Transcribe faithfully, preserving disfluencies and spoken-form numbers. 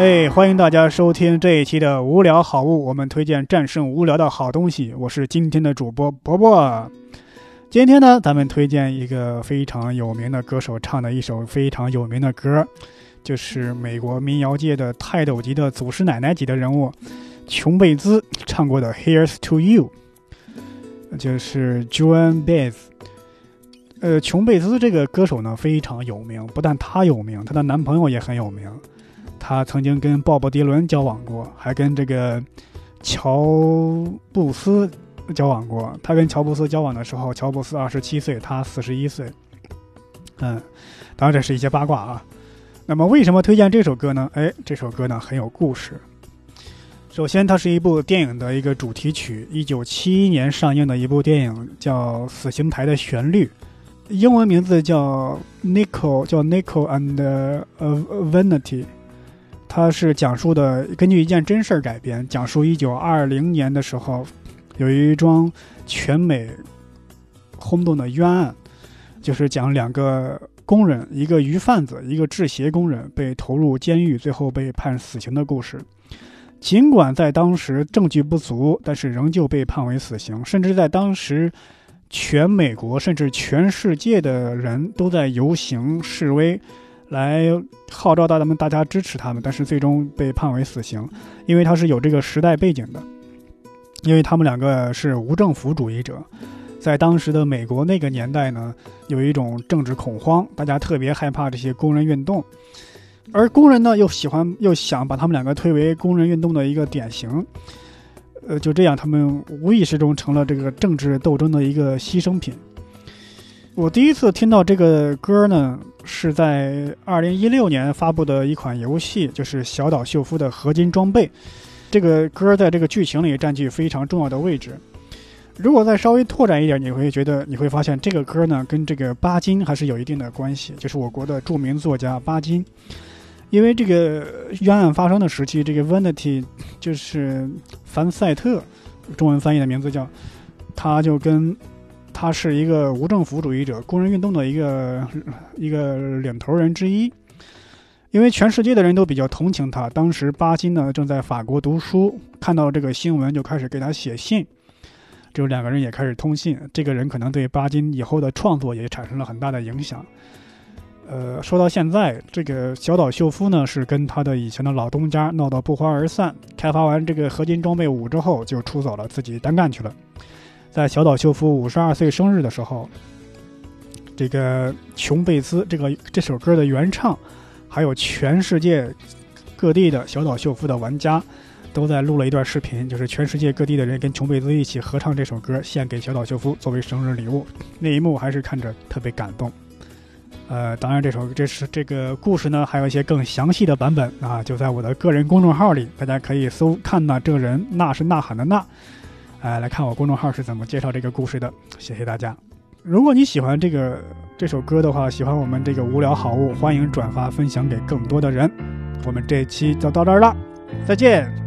哎，欢迎大家收听这一期的无聊好物，我们推荐战胜无聊的好东西。我是今天的主播伯伯。今天呢，咱们推荐一个非常有名的歌手唱的一首非常有名的歌，就是美国民谣界的泰斗级的祖师奶奶级的人物琼贝兹唱过的 Here's to You， 就是 Joan Baez。呃，琼贝兹这个歌手呢非常有名，不但她有名，她的男朋友也很有名。她曾经跟鲍勃迪伦交往过，还跟这个乔布斯交往过。她跟乔布斯交往的时候，乔布斯二十七岁，她四十一岁。嗯，当然这是一些八卦啊。那么为什么推荐这首歌呢？哎，这首歌呢很有故事。首先，它是一部电影的一个主题曲，一九七一年上映的一部电影，叫《死刑台的旋律》，英文名字叫 Nickel， 叫 Nickel and Vanity。它是讲述的，根据一件真事改编，讲述一九二零年的时候，有一桩全美轰动的冤案，就是讲两个工人，一个鱼贩子，一个制鞋工人被投入监狱，最后被判死刑的故事。尽管在当时证据不足，但是仍旧被判为死刑，甚至在当时全美国甚至全世界的人都在游行示威，来号召大家们大家支持他们，但是最终被判为死刑，因为他是有这个时代背景的，因为他们两个是无政府主义者。在当时的美国那个年代呢，有一种政治恐慌，大家特别害怕这些工人运动，而工人呢又喜欢又想把他们两个推为工人运动的一个典型，呃，就这样他们无意识中成了这个政治斗争的一个牺牲品。我第一次听到这个歌呢，是在二零一六年发布的一款游戏，就是小岛秀夫的合金装备。这个歌在这个剧情里占据非常重要的位置。如果再稍微拓展一点，你会觉得你会发现这个歌呢跟这个巴金还是有一定的关系，就是我国的著名作家巴金。因为这个冤案发生的时期，这个 Vanity 就是凡赛特，中文翻译的名字叫，他就跟他是一个无政府主义者，工人运动的一个一个领头人之一。因为全世界的人都比较同情他，当时巴金呢正在法国读书，看到这个新闻就开始给他写信，就两个人也开始通信。这个人可能对巴金以后的创作也产生了很大的影响。呃，说到现在，这个小岛秀夫呢是跟他的以前的老东家闹到不欢而散，开发完这个合金装备五之后就出走了，自己单干去了。在小岛秀夫五十二岁生日的时候，这个琼贝兹这个这首歌的原唱，还有全世界各地的小岛秀夫的玩家都在录了一段视频，就是全世界各地的人跟琼贝兹一起合唱这首歌，献给小岛秀夫作为生日礼物。那一幕还是看着特别感动。呃，当然这首这是这个故事呢，还有一些更详细的版本啊，就在我的个人公众号里，大家可以搜看呐这人，呐是呐喊的呐，哎，来看我公众号是怎么介绍这个故事的。谢谢大家。如果你喜欢这个这首歌的话，喜欢我们这个无聊好物，欢迎转发分享给更多的人。我们这期就到这儿了，再见。